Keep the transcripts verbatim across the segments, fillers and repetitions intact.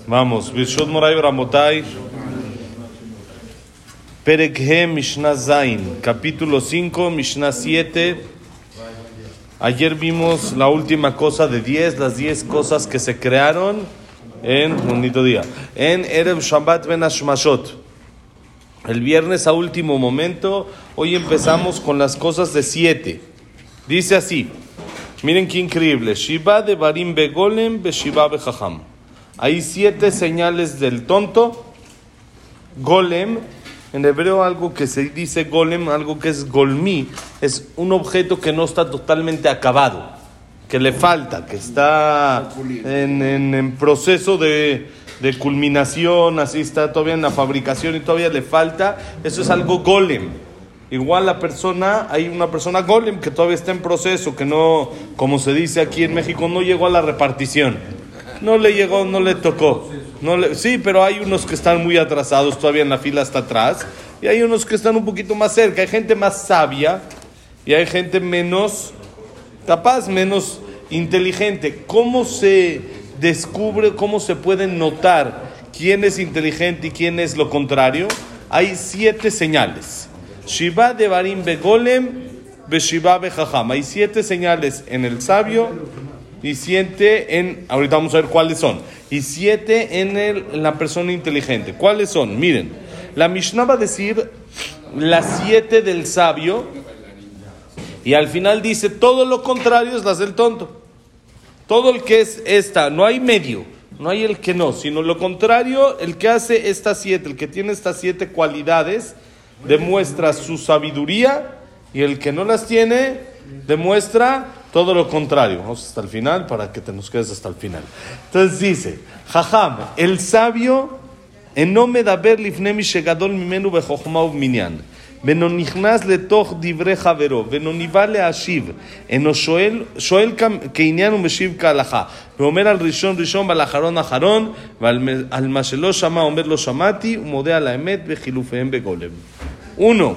Vamos, Birshot Moray Bramotay, Perek He Mishnah Zain, capítulo cinco, Mishnah siete. Ayer vimos la última cosa de diez, las diez cosas que se crearon en, bonito día, en Erev Shabbat Ben Hashmashot. El viernes a último momento, hoy empezamos con las cosas de siete. Dice así, miren qué increíble, Shiva de Barim Begolem be Shiva be Chacham. Hay siete señales del tonto. Golem, en hebreo algo que se dice golem, algo que es golmi, es un objeto que no está totalmente acabado, que le falta, que está en, en, en proceso de, de culminación, así está todavía en la fabricación y todavía le falta. Eso es algo golem. Igual la persona, hay una persona golem que todavía está en proceso, que no, como se dice aquí en México, no llegó a la repartición. No le llegó, no le tocó. No le, sí, pero hay unos que están muy atrasados todavía en la fila hasta atrás. Y hay unos que están un poquito más cerca. Hay gente más sabia y hay gente menos capaz, menos inteligente. ¿Cómo se descubre, cómo se puede notar quién es inteligente y quién es lo contrario? Hay siete señales. Shiva de Barim Begolem be Shiva be Chacham. Hay siete señales en el sabio y siete en, ahorita vamos a ver cuáles son, y siete en, el, en la persona inteligente. ¿Cuáles son? Miren, la Mishnah va a decir las siete del sabio y al final dice todo lo contrario es las del tonto. Todo el que es esta, no hay medio, no hay el que no, sino lo contrario, el que hace estas siete, el que tiene estas siete cualidades, demuestra su sabiduría, y el que no las tiene, demuestra todo lo contrario. Vamos hasta el final para que te nos quedes hasta el final. Entonces dice, Jajam, el sabio, eno medaber lifnei mishegadol mimenu bechokhma u'minyan, veno nichnas letoch divrei chavero, veno niva leashiv, eno shoel shoel keinyan umeshiv kehalacha, ואומר על ראשון ראשון ועל אחרון אחרון, ועל מה שלא שמע אומר לא שמעתי, ומודה על האמת בחילופיהם בגולם. Uno,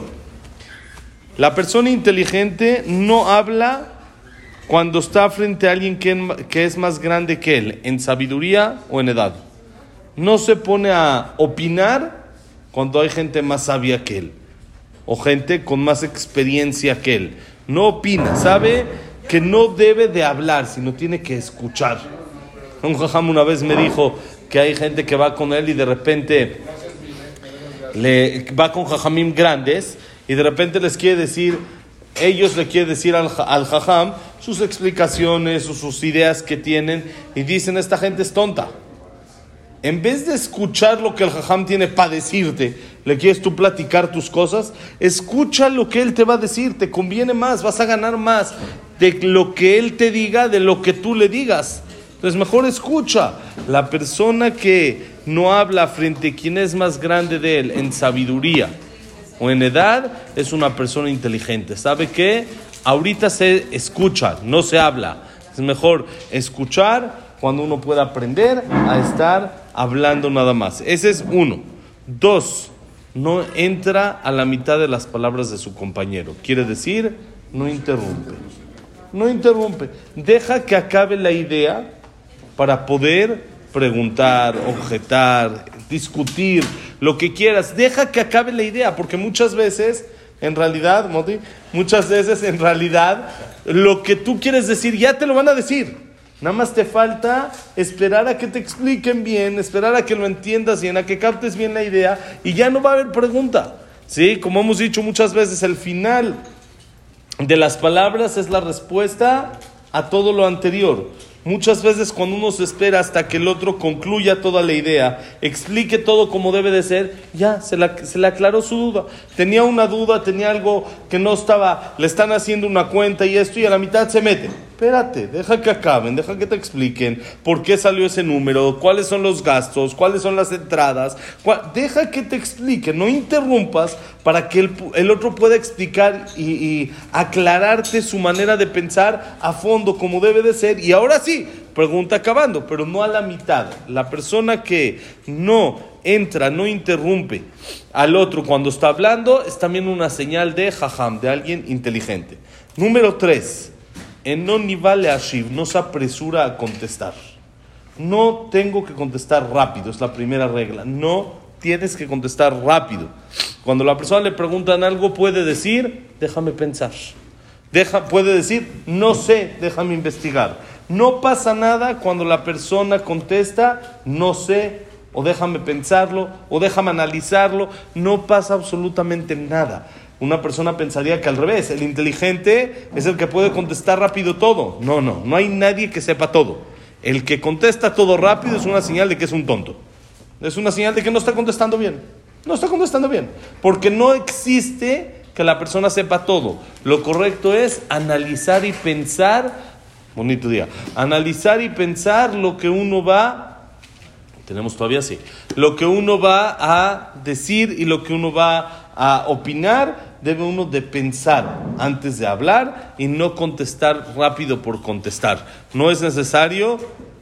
la persona inteligente no habla cuando está frente a alguien que, que es más grande que él, en sabiduría o en edad. No se pone a opinar cuando hay gente más sabia que él, o gente con más experiencia que él. No opina, sabe que no debe de hablar, sino tiene que escuchar. Un jajam una vez me dijo que hay gente que va con él y de repente le va con jajamim grandes y de repente les quiere decir, ellos le quieren decir al, al jajam sus explicaciones o sus ideas que tienen y dicen, esta gente es tonta. En vez de escuchar lo que el jajam tiene para decirte, le quieres tú platicar tus cosas, escucha lo que él te va a decir, te conviene más, vas a ganar más de lo que él te diga, de lo que tú le digas. Entonces mejor escucha. La persona que no habla frente a quien es más grande de él en sabiduría o en edad es una persona inteligente. ¿Sabe qué? Ahorita se escucha, no se habla. Es mejor escuchar cuando uno pueda aprender a estar hablando nada más. Ese es uno. Dos, no entra a la mitad de las palabras de su compañero. Quiere decir, no interrumpe. No interrumpe. Deja que acabe la idea para poder preguntar, objetar, discutir, lo que quieras. Deja que acabe la idea, porque muchas veces, en realidad, Moti, muchas veces en realidad, lo que tú quieres decir ya te lo van a decir. Nada más te falta esperar a que te expliquen bien, esperar a que lo entiendas bien, a que captes bien la idea y ya no va a haber pregunta. ¿Sí? Como hemos dicho muchas veces, el final de las palabras es la respuesta a todo lo anterior. Muchas veces cuando uno se espera hasta que el otro concluya toda la idea, explique todo como debe de ser, ya se, la, se le aclaró su duda. Tenía una duda, tenía algo que no estaba, le están haciendo una cuenta y esto, y a la mitad se mete. Espérate, deja que acaben, deja que te expliquen por qué salió ese número, cuáles son los gastos, cuáles son las entradas. Cuál, deja que te expliquen, no interrumpas para que el, el otro pueda explicar y, y aclararte su manera de pensar a fondo como debe de ser. Y ahora sí, pregunta acabando, pero no a la mitad. La persona que no entra, no interrumpe al otro cuando está hablando, es también una señal de jajam, de alguien inteligente. Número tres. En no niva leashiv, no se apresura a contestar. No tengo que contestar rápido, es la primera regla. No tienes que contestar rápido. Cuando la persona le preguntan algo, puede decir, déjame pensar. Deja, puede decir, no sé, déjame investigar. No pasa nada cuando la persona contesta, no sé, o déjame pensarlo, o déjame analizarlo. No pasa absolutamente nada. Una persona pensaría que al revés, el inteligente es el que puede contestar rápido todo. No, no, no hay nadie que sepa todo. El que contesta todo rápido es una señal de que es un tonto. Es una señal de que no está contestando bien. No está contestando bien. Porque no existe que la persona sepa todo. Lo correcto es analizar y pensar, bonito día, analizar y pensar lo que uno va, tenemos todavía sí, lo que uno va a decir y lo que uno va a opinar, debe uno de pensar antes de hablar y no contestar rápido por contestar. No es necesario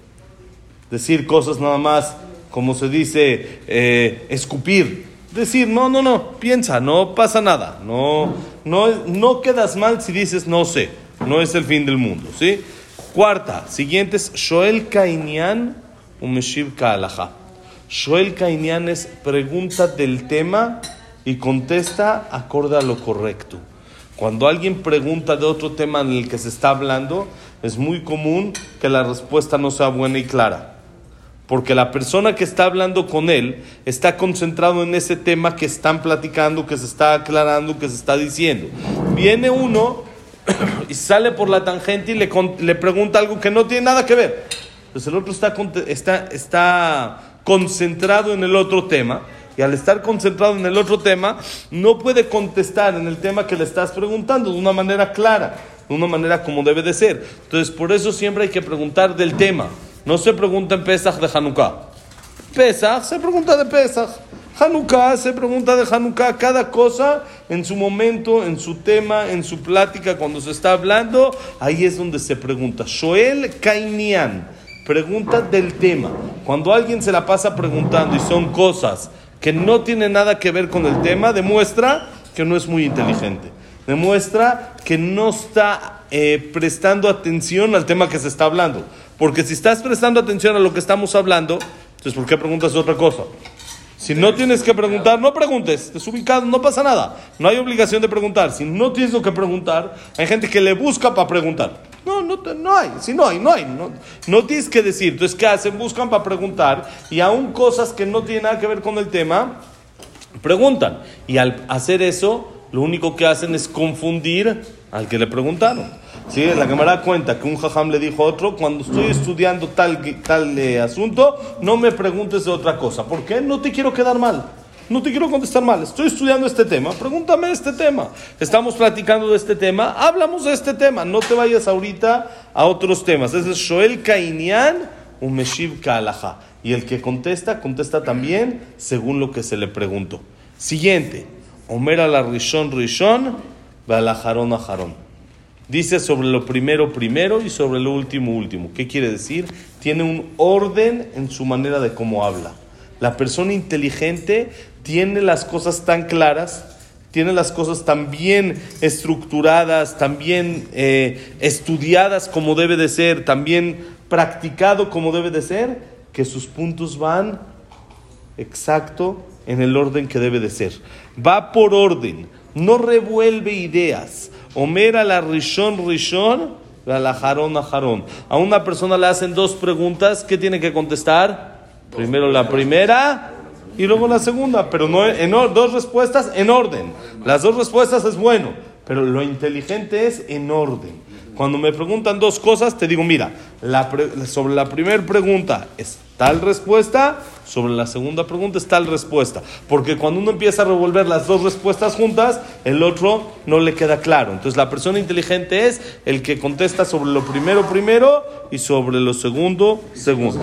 decir cosas nada más, como se dice, eh, escupir. Decir, no, no, no, piensa, no pasa nada. No, no, no quedas mal si dices no sé. No es el fin del mundo, ¿sí? Cuarta, siguiente es Shoel Kainyan Umeshiv Ka'alaha. Shoel Kainyan es pregunta del tema y contesta acorde a lo correcto. Cuando alguien pregunta de otro tema en el que se está hablando, es muy común que la respuesta no sea buena y clara. Porque la persona que está hablando con él está concentrado en ese tema que están platicando, que se está aclarando, que se está diciendo. Viene uno y sale por la tangente y le, le pregunta algo que no tiene nada que ver. Entonces el otro está, está, está concentrado en el otro tema, y al estar concentrado en el otro tema, no puede contestar en el tema que le estás preguntando de una manera clara, de una manera como debe de ser. Entonces por eso siempre hay que preguntar del tema. No se pregunta en Pesach de Hanukkah. Pesach se pregunta de Pesach. Hanukkah se pregunta de Hanukkah. Cada cosa en su momento, en su tema, en su plática, cuando se está hablando, ahí es donde se pregunta. Shoel Kainyan, pregunta del tema. Cuando alguien se la pasa preguntando y son cosas que no tienen nada que ver con el tema, demuestra que no es muy inteligente. Demuestra que no está eh, prestando atención al tema que se está hablando. Porque si estás prestando atención a lo que estamos hablando, entonces ¿por qué preguntas otra cosa? Si no tienes que preguntar, no preguntes. Desubicado, no pasa nada. No hay obligación de preguntar. Si no tienes lo que preguntar, hay gente que le busca para preguntar. No, no, no hay. Si no hay, no hay. No, no tienes que decir. Entonces, ¿qué hacen? Buscan para preguntar. Y aún cosas que no tienen nada que ver con el tema, preguntan. Y al hacer eso, lo único que hacen es confundir al que le preguntaron. Sí, la Gemara cuenta que un jajam le dijo a otro, cuando estoy estudiando tal, tal eh, asunto, no me preguntes de otra cosa. ¿Por qué? No te quiero quedar mal. No te quiero contestar mal. Estoy estudiando este tema. Pregúntame este tema. Estamos platicando de este tema. Hablamos de este tema. No te vayas ahorita a otros temas. Ese es Shoel Kainyan Umeshiv Ka'alaha. Y el que contesta, contesta también según lo que se le preguntó. Siguiente. Omer ala Rishon Rishon, ve'ala Harón Harón. Dice sobre lo primero primero y sobre lo último último. ¿Qué quiere decir? Tiene un orden en su manera de cómo habla. La persona inteligente tiene las cosas tan claras, tiene las cosas tan bien estructuradas, tan bien eh, estudiadas como debe de ser, tan bien practicado como debe de ser, que sus puntos van exacto en el orden que debe de ser. Va por orden, no revuelve ideas. Omer a la Rishon Rishon, a la Harón a Harón. A una persona le hacen dos preguntas, ¿qué tiene que contestar? Primero la primera y luego la segunda, pero no en or- dos respuestas en orden. Las dos respuestas es bueno, pero lo inteligente es en orden. Cuando me preguntan dos cosas, te digo, mira, la pre- sobre la primera pregunta es tal respuesta, sobre la segunda pregunta es tal respuesta. Porque cuando uno empieza a revolver las dos respuestas juntas, el otro no le queda claro. Entonces la persona inteligente es el que contesta sobre lo primero primero y sobre lo segundo segundo.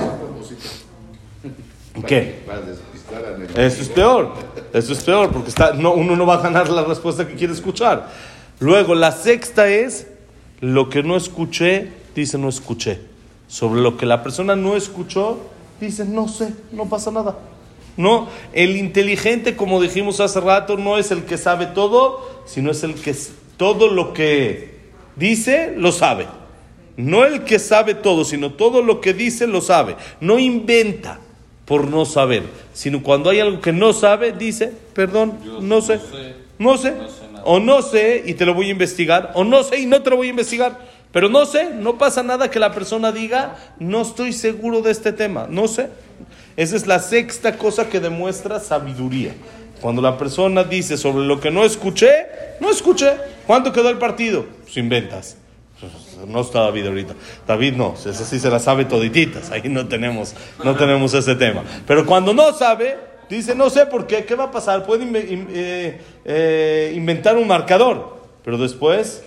¿Qué? Eso es peor, eso es peor, porque está, no, uno no va a ganar la respuesta que quiere escuchar. Luego, la sexta es, lo que no escuché, dice no escuché. Sobre lo que la persona no escuchó, dice no sé, no pasa nada. No, el inteligente, como dijimos hace rato, no es el que sabe todo, sino es el que todo lo que dice, lo sabe. no el que sabe todo, sino todo lo que dice lo sabe. No inventa por no saber, sino cuando hay algo que no sabe, dice, perdón, no sé, no sé, o no sé y te lo voy a investigar, o no sé y no te lo voy a investigar, pero no sé, no pasa nada que la persona diga, no estoy seguro de este tema, no sé. Esa es la sexta cosa que demuestra sabiduría. Cuando la persona dice sobre lo que no escuché, no escuché. ¿Cuánto quedó el partido? Pues inventas. No está David ahorita. David no, ese sí se la sabe todititas. Ahí no tenemos, no tenemos ese tema. Pero cuando no sabe, dice no sé por qué, ¿qué va a pasar? Puede inve- eh, eh, inventar un marcador, pero después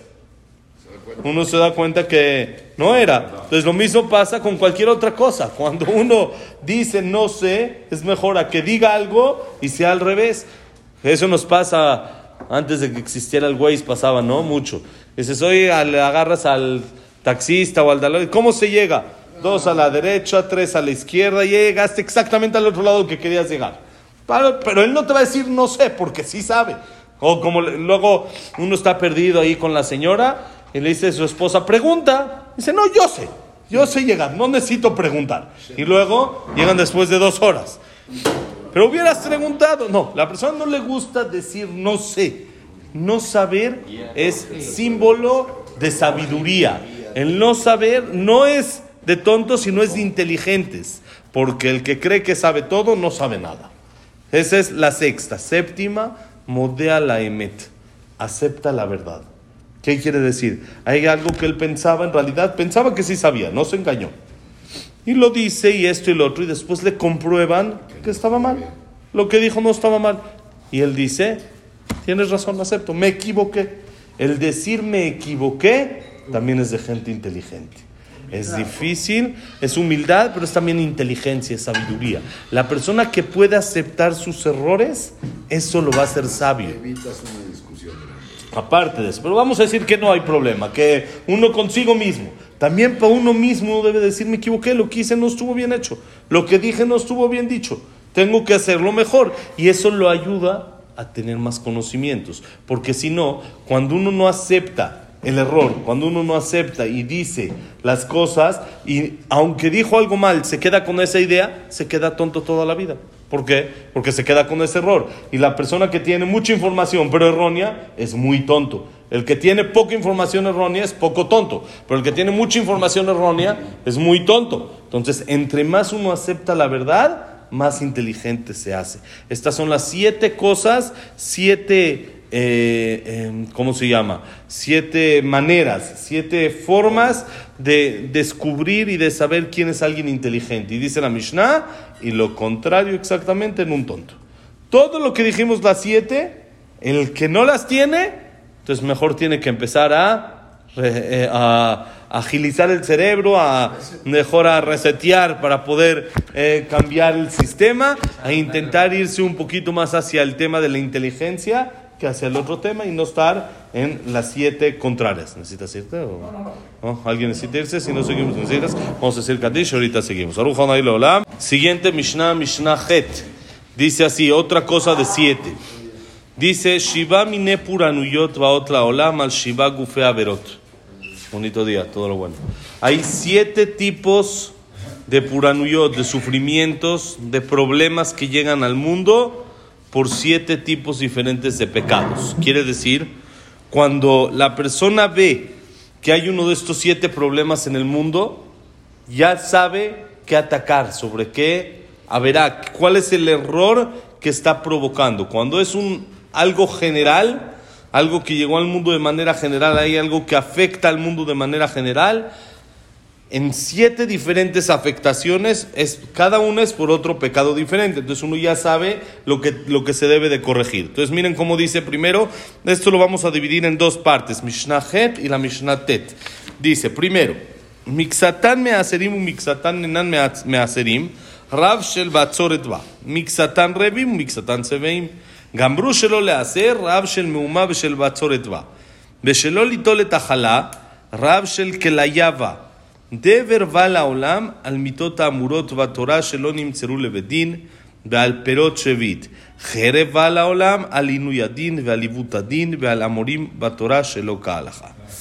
uno se da cuenta que no era. Entonces lo mismo pasa con cualquier otra cosa. Cuando uno dice no sé, es mejor a que diga algo y sea al revés. Eso nos pasa antes de que existiera el Waze, pasaba, ¿no? Mucho. Dices, oye, le agarras al taxista o al dalón, ¿cómo se llega? Dos a la derecha, tres a la izquierda, y llegaste exactamente al otro lado que querías llegar. Pero, pero él no te va a decir no sé, porque sí sabe. O como le, luego uno está perdido ahí con la señora y le dice a su esposa, pregunta. Dice, no, yo sé, yo sé llegar, no necesito preguntar. Y luego llegan después de dos horas. Pero hubieras preguntado. No, la persona no le gusta decir no sé. No saber es símbolo de sabiduría. El no saber no es de tontos, sino es de inteligentes. Porque el que cree que sabe todo, no sabe nada. Esa es la sexta. Séptima, modea la emet. Acepta la verdad. ¿Qué quiere decir? Hay algo que él pensaba, en realidad pensaba que sí sabía, no se engañó. Y lo dice y esto y lo otro, y después le comprueban que estaba mal. Lo que dijo no estaba mal. Y él dice, tienes razón, acepto, me equivoqué. El decir me equivoqué también es de gente inteligente. Es difícil, es humildad, pero es también inteligencia, es sabiduría. La persona que puede aceptar sus errores, eso lo va a hacer sabio. Evitas una discusión grande. Aparte de eso, pero vamos a decir que no hay problema, que uno consigo mismo. También para uno mismo uno debe decir, me equivoqué, lo que hice no estuvo bien hecho, lo que dije no estuvo bien dicho, tengo que hacerlo mejor. Y eso lo ayuda a tener más conocimientos, porque si no, cuando uno no acepta el error, cuando uno no acepta y dice las cosas, y aunque dijo algo mal, se queda con esa idea, se queda tonto toda la vida. ¿Por qué? Porque se queda con ese error. Y la persona que tiene mucha información pero errónea es muy tonto. El que tiene poca información errónea es poco tonto, pero el que tiene mucha información errónea es muy tonto. Entonces, entre más uno acepta la verdad, más inteligente se hace. Estas son las siete cosas, siete... Eh, eh, ¿cómo se llama? Siete maneras, siete formas de descubrir y de saber quién es alguien inteligente. Y dice la Mishnah, y lo contrario exactamente en un tonto. Todo lo que dijimos las siete, el que no las tiene, entonces mejor tiene que empezar a, eh, a, a agilizar el cerebro, a mejor a resetear para poder eh, cambiar el sistema, a intentar irse un poquito más hacia el tema de la inteligencia que hacia el otro tema y no estar en las siete contrarias. ¿Necesitas irte? O? ¿No? ¿Alguien necesita irse? Si no seguimos, necesitas. Vamos a decir Kadish, ahorita seguimos. Aruch Hanay Leolam. Siguiente Mishnah, Mishnah Het. Dice así, otra cosa de siete. Dice, Shiva mine puranuyot vaot laolam al Shiva gufe averot. Bonito día, todo lo bueno. Hay siete tipos de puranuyot, de sufrimientos, de problemas que llegan al mundo por siete tipos diferentes de pecados. Quiere decir, cuando la persona ve que hay uno de estos siete problemas en el mundo, ya sabe qué atacar, sobre qué, a verá, cuál es el error que está provocando. Cuando es un algo general, algo que llegó al mundo de manera general, hay algo que afecta al mundo de manera general, en siete diferentes afectaciones, es, cada una es por otro pecado diferente. Entonces uno ya sabe lo que, lo que se debe de corregir. Entonces miren cómo dice primero, esto lo vamos a dividir en dos partes, Mishnah Het y la Mishnah Tet. Dice, primero, Mixatan measerim u Mixatan nenan measerim, Rav shel batzoret va, Mixatan revim u Mixatan seveim, Gambru shelo leaser, Rav shel meuma veshel batzoret va, Veshelo litol et achala, Rav shel kelaya va, דבר בא לעולם על מיתות האמורות בתורה שלא נמצאו לבדין ועל פירות שביט. חרב בא לעולם על עינוי הדין ועל עיוות הדין ועל אמורים בתורה שלא כהלכה.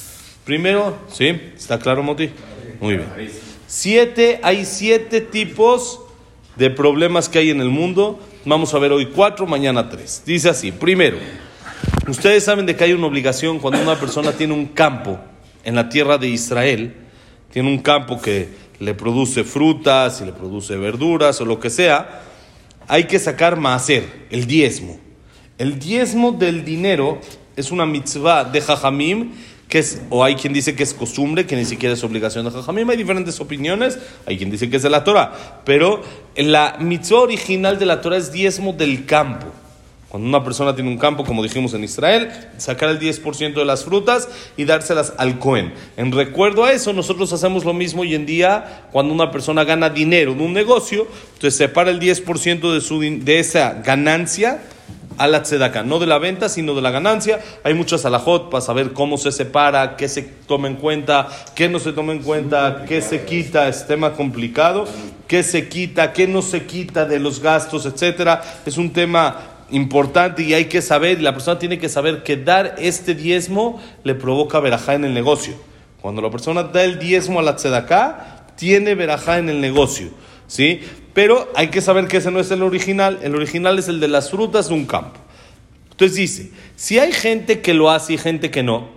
Primero, ¿sí? ¿Está claro, Moti? Muy bien. Siete, hay siete tipos de problemas que hay en el mundo. Vamos a ver hoy cuatro, mañana tres. Dice así, primero, ustedes saben de que hay una obligación cuando una persona tiene un campo en la tierra de Israel, tiene un campo que le produce frutas y le produce verduras o lo que sea, hay que sacar maaser, el diezmo. El diezmo del dinero es una mitzvah de Jajamim, que es, o hay quien dice que es costumbre, que ni siquiera es obligación de Jajamim. Hay diferentes opiniones, hay quien dice que es de la Torah, pero la mitzvah original de la Torah es diezmo del campo. Cuando una persona tiene un campo, como dijimos en Israel, sacar el diez por ciento de las frutas y dárselas al Cohen. En recuerdo a eso, nosotros hacemos lo mismo hoy en día cuando una persona gana dinero en un negocio, entonces separa el diez por ciento de, su, de esa ganancia a la tzedakah, no de la venta, sino de la ganancia. Hay muchas alajot para saber cómo se separa, qué se toma en cuenta, qué no se toma en cuenta, qué se quita, es tema complicado, qué se quita, qué no se quita de los gastos, etcétera. Es un tema importante y hay que saber, y la persona tiene que saber que dar este diezmo le provoca verajá en el negocio. Cuando la persona da el diezmo a la tzedakah, tiene verajá en el negocio, ¿sí? Pero hay que saber que ese no es el original. El original es el de las frutas de un campo. Entonces dice, si hay gente que lo hace y gente que no,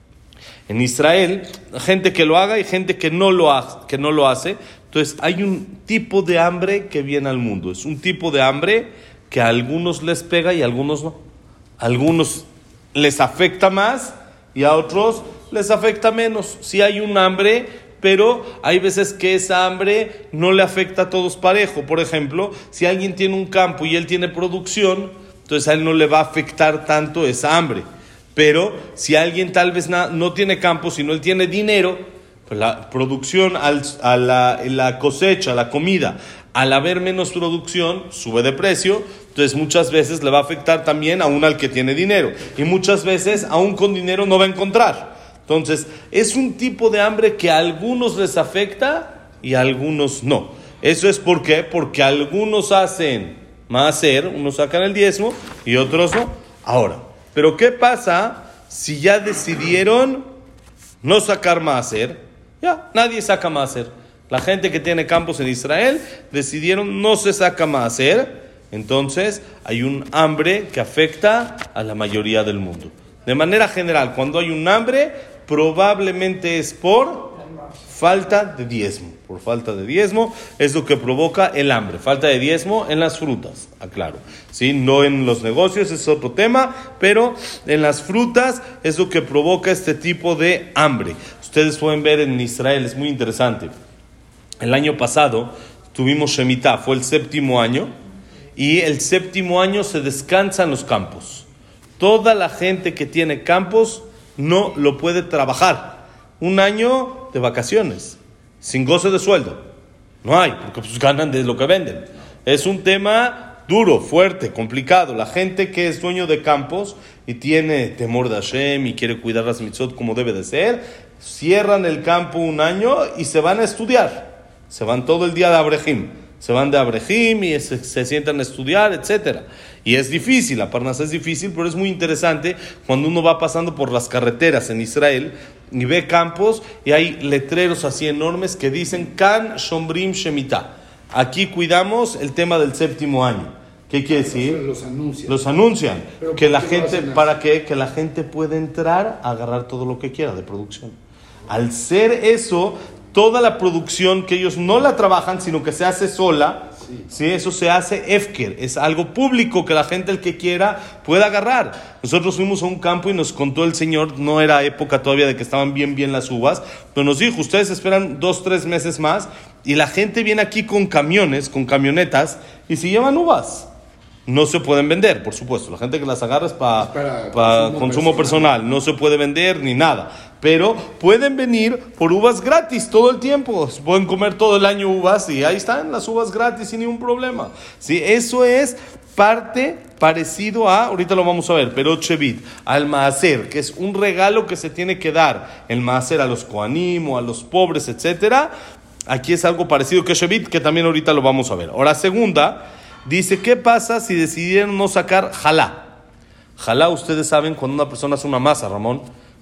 en Israel, gente que lo haga y gente que no lo ha, que no lo hace, entonces hay un tipo de hambre que viene al mundo. Es un tipo de hambre que a algunos les pega y a algunos no. A algunos les afecta más y a otros les afecta menos. Sí hay un hambre, pero hay veces que esa hambre no le afecta a todos parejo. Por ejemplo, si alguien tiene un campo y él tiene producción, entonces a él no le va a afectar tanto esa hambre. Pero si alguien tal vez na, no tiene campo, sino él tiene dinero, pues la producción, al, a la, la cosecha, la comida, al haber menos producción, sube de precio. Entonces muchas veces le va a afectar también aún al que tiene dinero. Y muchas veces aún con dinero no va a encontrar. Entonces es un tipo de hambre que a algunos les afecta y a algunos no. ¿Eso es por qué? Porque algunos hacen maaser, unos sacan el diezmo y otros no. Ahora, ¿pero qué pasa si ya decidieron no sacar maaser? Ya, nadie saca maaser. La gente que tiene campos en Israel decidieron no se saca maaser. Entonces hay un hambre que afecta a la mayoría del mundo. De manera general, cuando hay un hambre, probablemente es por falta de diezmo. Por falta de diezmo es lo que provoca el hambre. Falta de diezmo en las frutas, aclaro. ¿Sí? No en los negocios, es otro tema, pero en las frutas es lo que provoca este tipo de hambre. Ustedes pueden ver en Israel, es muy interesante. El año pasado tuvimos Shemitah, fue el séptimo año, y el séptimo año se descansa en los campos. Toda la gente que tiene campos no lo puede trabajar. Un año de vacaciones, sin goce de sueldo. No hay, porque pues ganan de lo que venden. Es un tema duro, fuerte, complicado. La gente que es dueño de campos y tiene temor de Hashem y quiere cuidar las mitzvot como debe de ser, cierran el campo un año y se van a estudiar. Se van todo el día de Abrejim. Se van de Abrejim y se, se sientan a estudiar, etcétera. Y es difícil, la Parnasá es difícil, pero es muy interesante cuando uno va pasando por las carreteras en Israel y ve campos y hay letreros así enormes que dicen Kan Shomrim Shemitah. Aquí cuidamos el tema del séptimo año. ¿Qué quiere decir? Los anuncian. Los anuncian. Que la gente, ¿para qué? Que la gente pueda entrar a agarrar todo lo que quiera de producción. Al ser eso, toda la producción que ellos no la trabajan, sino que se hace sola, sí. ¿Sí? Eso se hace efker, es algo público que la gente, el que quiera, pueda agarrar. Nosotros fuimos a un campo y nos contó el señor, no era época todavía de que estaban bien bien las uvas, pero nos dijo, ustedes esperan dos, tres meses más y la gente viene aquí con camiones, con camionetas y se llevan uvas. No se pueden vender, por supuesto. La gente que las agarra es pa, para pa consumo, consumo personal. personal. No se puede vender ni nada. Pero pueden venir por uvas gratis todo el tiempo. Pueden comer todo el año uvas y ahí están las uvas gratis sin ningún problema. ¿Sí? Eso es parte parecido a, ahorita lo vamos a ver, pero Shevit, al Maaser, que es un regalo que se tiene que dar. El Maaser a los Kohanim o a los pobres, etcétera. Aquí es algo parecido que Shevit, que también ahorita lo vamos a ver. Ahora, segunda, dice, ¿qué pasa si decidieron no sacar jalá? Jalá, ustedes saben, cuando una persona hace una masa, Ramón,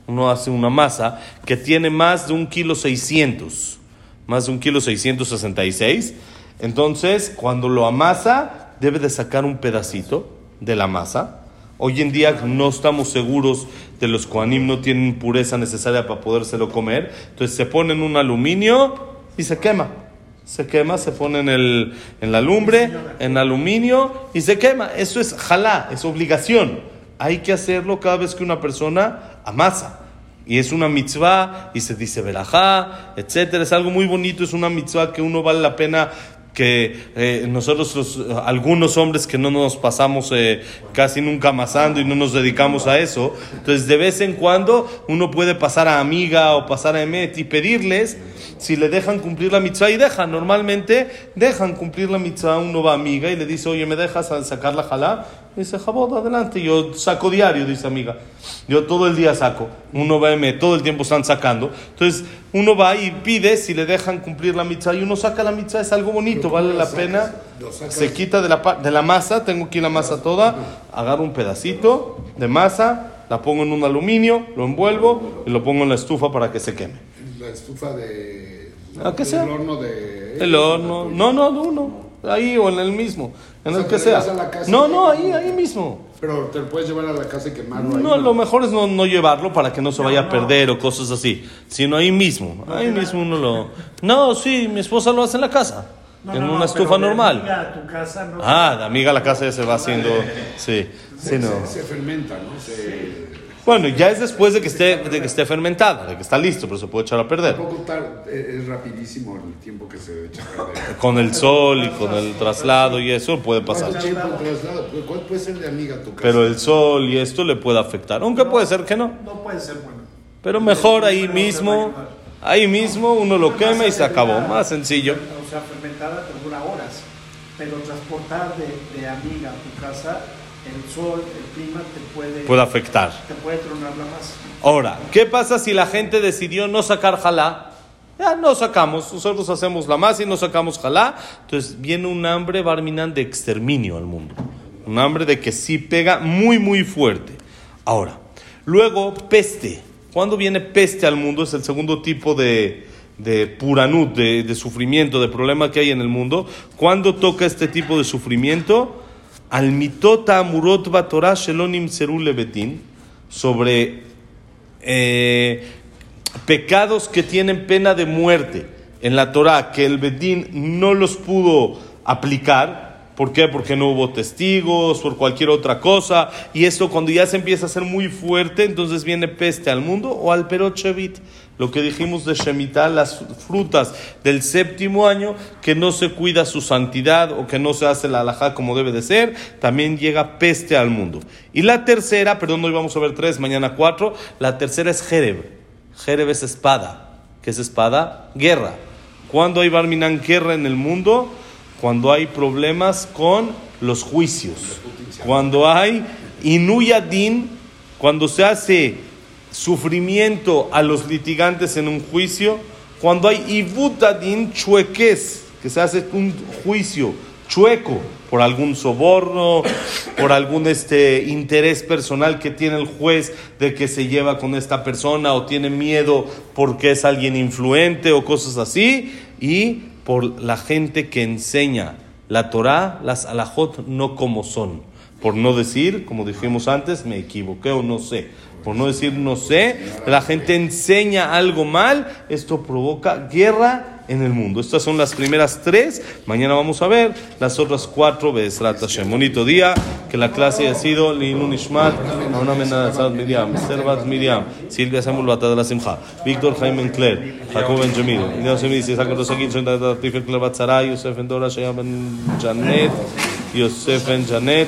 uno hace una masa que tiene más de un kilo seiscientos, más de un kilo seiscientos sesenta y seis. Entonces, cuando lo amasa, debe de sacar un pedacito de la masa. Hoy en día no estamos seguros de los kohanim, no tienen pureza necesaria para podérselo comer. Entonces se pone en un aluminio y se quema. Se quema, se pone en, el, en la lumbre, en aluminio y se quema. Eso es jalá, es obligación. Hay que hacerlo cada vez que una persona amasa. Y es una mitzvah y se dice verajá, etcétera. Es algo muy bonito, es una mitzvah que uno vale la pena que eh, nosotros los, algunos hombres que no nos pasamos eh, casi nunca amasando y no nos dedicamos a eso, entonces de vez en cuando uno puede pasar a amiga o pasar a emet y pedirles si le dejan cumplir la mitzvah, y dejan, normalmente dejan cumplir la mitzvah. Uno va a amiga y le dice, oye, ¿me dejas sacar la jalá? Y dice, jabot, adelante, yo saco diario, dice amiga, yo todo el día saco. Uno va a emet, todo el tiempo están sacando. Entonces uno va y pide si le dejan cumplir la mitzvah y uno saca la mitzvah. Es algo bonito, vale la pena. Se quita de la, de la masa, tengo aquí la masa toda, agarro un pedacito de masa, la pongo en un aluminio, lo envuelvo y lo pongo en la estufa para que se queme. La estufa de... ¿A qué sea? El horno de... El horno, no, no, de uno, ahí o en el mismo, en o sea, el que te sea. llevas a la casa No, y- no, ahí, ahí mismo. Pero te lo puedes llevar a la casa y quemarlo ahí. No, lo mejor es no, no llevarlo para que no se vaya a perder o cosas así, sino ahí mismo, ahí mismo uno lo... No, sí, mi esposa lo hace en la casa, No, en no, una no, estufa pero de normal. amiga a tu casa, no. Ah, de amiga a la casa ya se va haciendo, sí, sí, Se, no. se, se fermenta, ¿no? Se... Bueno, ya es después de que esté, de que esté fermentada, de que está listo, pero se puede echar a perder. Tampoco tar- es rapidísimo el tiempo que se echa a perder. Con el sol y con el traslado y eso puede pasar. ¿Cuánto tiempo el traslado? ¿Cuál puede ser de amiga a tu casa? Pero el sol y esto le puede afectar, aunque puede ser que no. No puede ser bueno. Pero mejor ahí mismo, ahí mismo uno lo quema y se acabó, más sencillo. O sea, fermentada te dura horas, pero transportar de, de amiga a tu casa, el sol, el clima te puede, Puede afectar. te puede tronar la masa. Ahora, ¿qué pasa si la gente decidió no sacar jalá? Ya no sacamos, nosotros hacemos la masa y no sacamos jalá. Entonces viene un hambre, Barminan, de exterminio al mundo. Un hambre de que sí pega muy, muy fuerte. Ahora, luego peste. ¿Cuándo viene peste al mundo? Es el segundo tipo de, de puranut, de, de sufrimiento, de problema que hay en el mundo. ¿Cuándo toca este tipo de sufrimiento? Al mitota amurot batorah shelonim serú lebetin, sobre eh, pecados que tienen pena de muerte en la Torah, que el Bedín no los pudo aplicar. ¿Por qué? Porque no hubo testigos, por cualquier otra cosa. Y esto cuando ya se empieza a ser muy fuerte, entonces viene peste al mundo o al perot shevit. Lo que dijimos de Shemitah, las frutas del séptimo año, que no se cuida su santidad o que no se hace la halajá como debe de ser, también llega peste al mundo. Y la tercera, perdón, hoy vamos a ver tres, mañana cuatro, la tercera es Jereb. Jereb es espada. ¿Qué es espada? Guerra. ¿Cuándo hay Barminan guerra en el mundo? Cuando hay problemas con los juicios. Cuando hay inuyadin, cuando se hace sufrimiento a los litigantes en un juicio, cuando hay ibutadin, chueques, que se hace un juicio chueco por algún soborno, por algún este interés personal que tiene el juez de que se lleva con esta persona, o tiene miedo porque es alguien influente o cosas así, y por la gente que enseña la Torah, las alajot no como son, por no decir, como dijimos antes, me equivoqué o no sé. Por no decir no sé, la gente enseña algo mal, esto provoca guerra en el mundo. Estas son las primeras tres. Mañana vamos a ver las otras cuatro. Be'ezrat Hashem. Bonito día. Que la clase haya sido Linun Ishmat, Auna Menazat Miriam, Servat Miriam, Silvia Samuel Batad de la Simcha, Víctor Jaime Encler, Jacob Ben Jamil, Inés Emil, Isaac Rosakit, Sonata Tifel Clevat Saray, Yosef Ben Dora, Shaya Ben Janet, Yosef Ben Janet.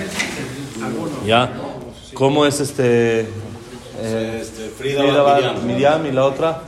Ya. ¿Cómo es este? Eh, este Frida, Frida va Miriam. Miriam. Miriam y la otra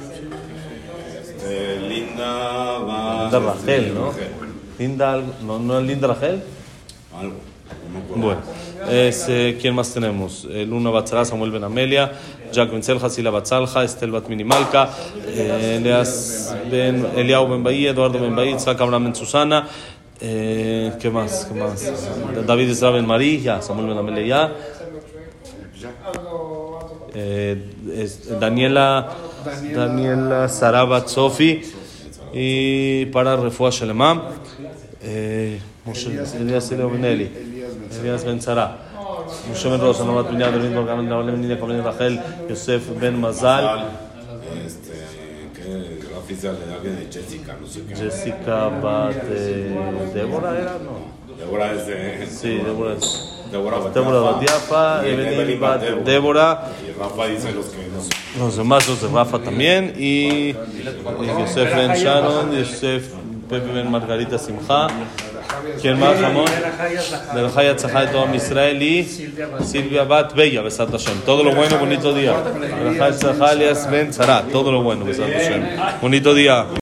Este, Linda va Linda Rachel, ¿no? Rachel. Linda, algo- no, no es Linda Rachel. Algo. No me acuerdo. Bueno, es, eh, ¿quién más tenemos? Eh, Luna Batzara, Samuel Ben Amelia, Jack Ben Selja, Sila Batzalja, Estel Bat Minimalka, eh, Elias Ben Eliau Ben Bahí, Eduardo Ben Bahí, Isaac Abraham Ben Susana. Eh, ¿Qué más? ¿Qué más? David Ezra Ben Marí, ya, Samuel Ben Amelia, ya. eh, es- Daniela, Daniela Sarabat Sofi, y para Refuah Shelema, eh, Moshe Elías Beneli, Elías Ben Sara, Moshe Ben Rosa, Nomat Piña, Dorin Borgamen, Naolen Nidia, Kabel Rachel, Yosef Ben Mazal, Este, que la oficial de alguien de Jessica, no sé qué. Jessica Bat, eh, Débora era, no. Débora es de. Sí, Débora es. Débora Débora Batiafa, Evelyn Bat Débora, Y Rafa dice los que no son. los demás los de Rafa también, y, y Yosef Ben Sharon, Yosef Pepe Ben Margarita Simcha. ¿Quién más, Ramón? De la Hayat Zahá de todo Israel y Silvia Bat Bella, Besat Hashem. Todo lo bueno, bonito día. De la Hayat Zahá, Elias Ben Zara. Todo lo bueno, Besat Hashem. Bonito día.